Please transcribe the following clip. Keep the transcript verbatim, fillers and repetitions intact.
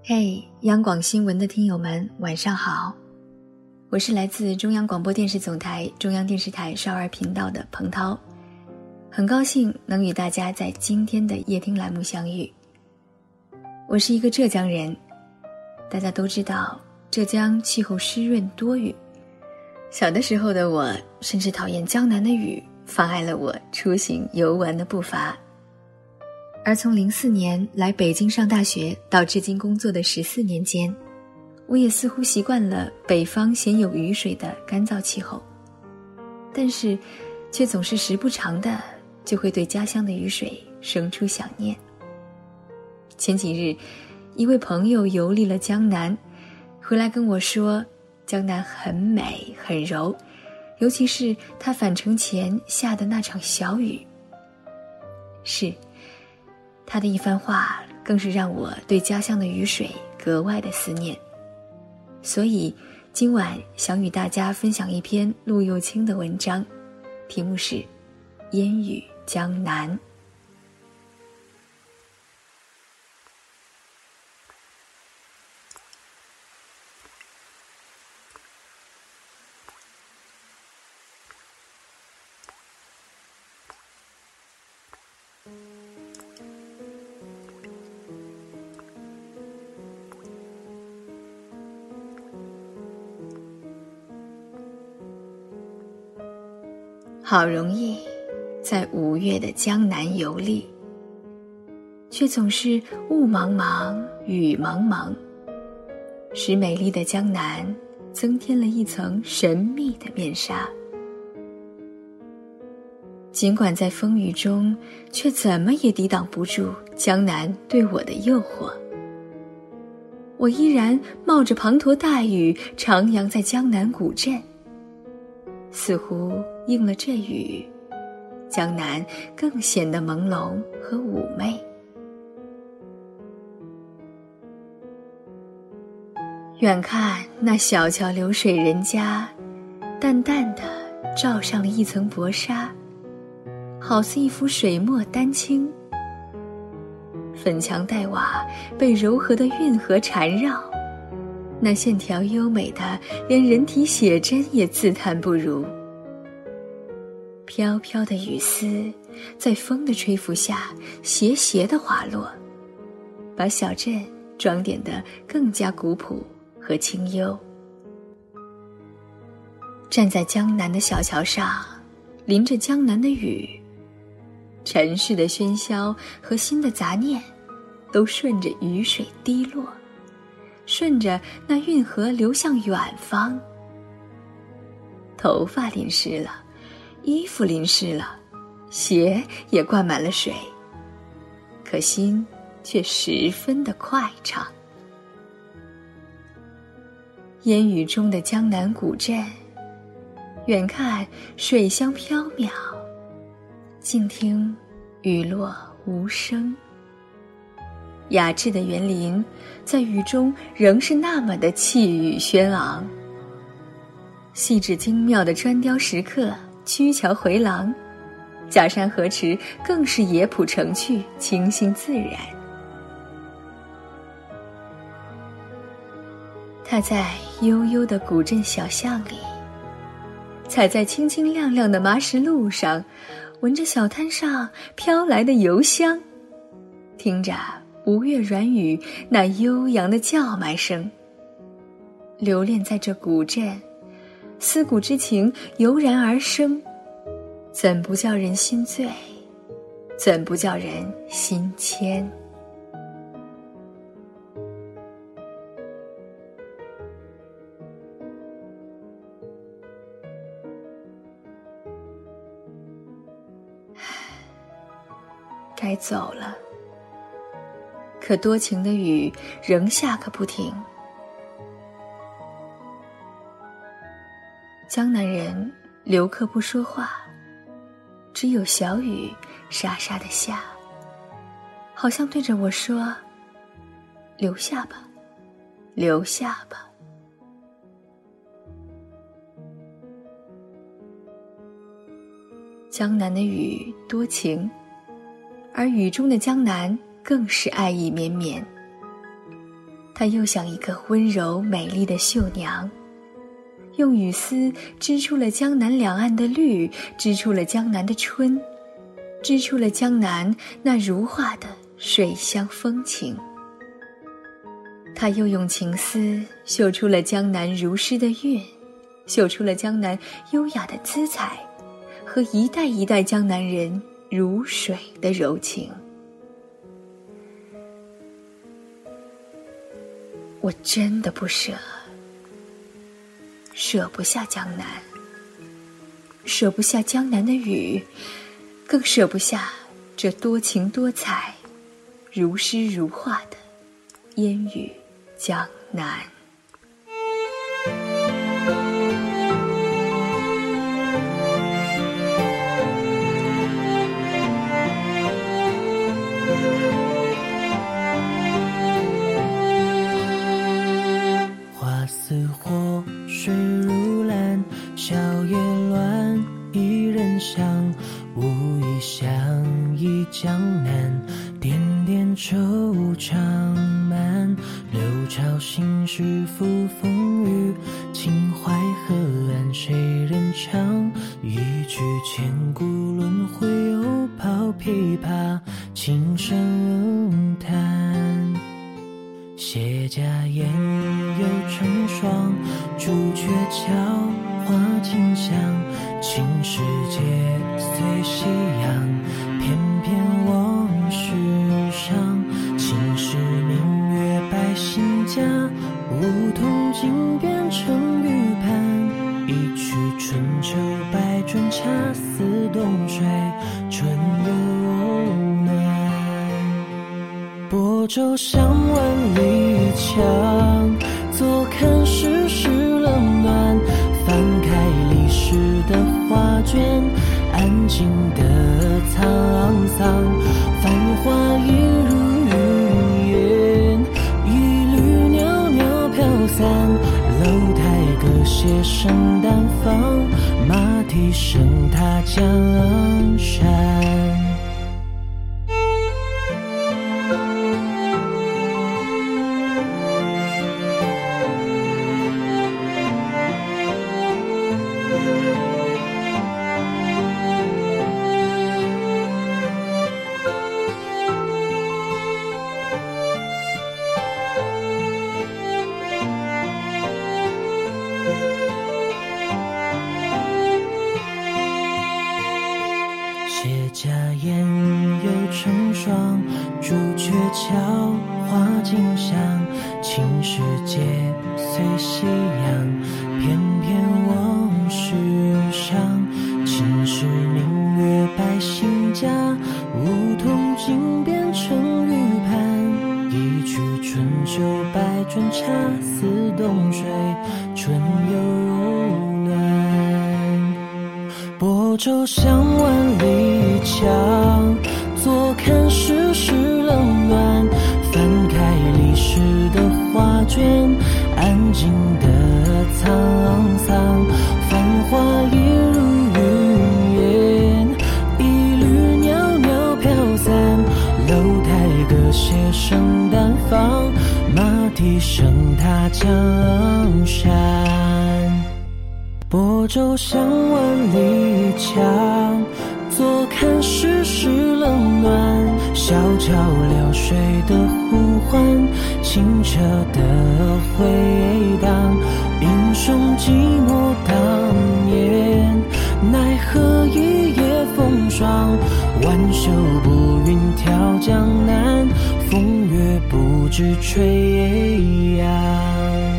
嘿，央广新闻的听友们，晚上好，我是来自中央广播电视总台中央电视台少儿频道的彭涛，很高兴能与大家在今天的夜听栏目相遇。我是一个浙江人，大家都知道浙江气候湿润多雨，小的时候的我甚至讨厌江南的雨，妨碍了我出行游玩的步伐。而从零四年来北京上大学到至今工作的十四年间，我也似乎习惯了北方鲜有雨水的干燥气候，但是却总是时不常的就会对家乡的雨水生出想念。前几日，一位朋友游历了江南，回来跟我说，江南很美很柔，尤其是他返程前下的那场小雨。是，他的一番话更是让我对家乡的雨水格外的思念。所以今晚想与大家分享一篇陆又青的文章，题目是《烟雨江南》。好容易在五月的江南游历，却总是雾茫茫雨蒙蒙，使美丽的江南增添了一层神秘的面纱。尽管在风雨中，却怎么也抵挡不住江南对我的诱惑。我依然冒着滂沱大雨徜徉在江南古镇，似乎应了这雨，江南更显得朦胧和妩媚。远看那小桥流水人家，淡淡的罩上了一层薄纱，好似一幅水墨丹青。粉墙黛瓦被柔和的运河缠绕，那线条优美的连人体写真也自叹不如。飘飘的雨丝在风的吹拂下斜斜地滑落，把小镇装点得更加古朴和清幽。站在江南的小桥上，淋着江南的雨，尘世的喧嚣和心的杂念都顺着雨水滴落，顺着那运河流向远方。头发淋湿了，衣服淋湿了，鞋也灌满了水，可心却十分的快畅。烟雨中的江南古镇，远看水香飘渺，静听雨落无声。雅致的园林在雨中仍是那么的气宇轩昂，细致精妙的砖雕石刻，曲桥回廊，假山河池更是野圃成趣，清新自然。踏在悠悠的古镇小巷里，踩在清清亮亮的麻石路上，闻着小摊上飘来的油香，听着吴越软语那悠扬的叫卖声，留恋在这古镇，思古之情油然而生，怎不叫人心醉，怎不叫人心牵。该走了，可多情的雨仍下个不停。江南人留客不说话，只有小雨沙沙的下，好像对着我说，留下吧，留下吧。江南的雨多情，而雨中的江南更是爱意绵绵。 她又像一个温柔美丽的绣娘，用雨丝织出了江南两岸的绿，织出了江南的春，织出了江南那如画的水乡风情。她又用情丝绣出了江南如诗的韵，绣出了江南优雅的姿彩和一代一代江南人如水的柔情。我真的不舍，舍不下江南，舍不下江南的雨，更舍不下这多情多彩、如诗如画的烟雨江南。 花似火，水如蓝，笑靥乱，一人香，无意相忆江南，点点惆怅满，流潮心事付风雨，情怀河岸谁人唱？一曲千古轮回，又抛琵琶，轻声叹。谢家烟又成霜，朱雀桥花径香，青石街随夕阳，翩翩往事上，青石明月百姓家，梧桐径变成玉盘，一曲春秋百转，恰似冬水春又暖。薄舟向万里江，坐看世事冷暖，翻开历史的画卷，安静的沧桑，繁华一如云烟，一缕袅袅飘散，楼台歌榭声淡放，马蹄声踏江山。谢家烟又成霜，朱雀桥花径香，青石街随夕阳，翩翩往事上，青石明月百姓家，梧桐径变成玉盘，一曲春秋百转，恰似冬水春又暖。薄舟向万里江，坐看世事冷暖，翻开历史的画卷，安静的沧桑，繁华一如云烟，一缕袅袅飘散，楼台歌榭声淡放，马蹄声踏江山。薄舟向万里江，坐看世事冷暖，小桥流水的呼唤，清澈的回荡，英雄寂寞当年，奈何一夜风霜，挽袖步云挑江南，风月不知垂杨。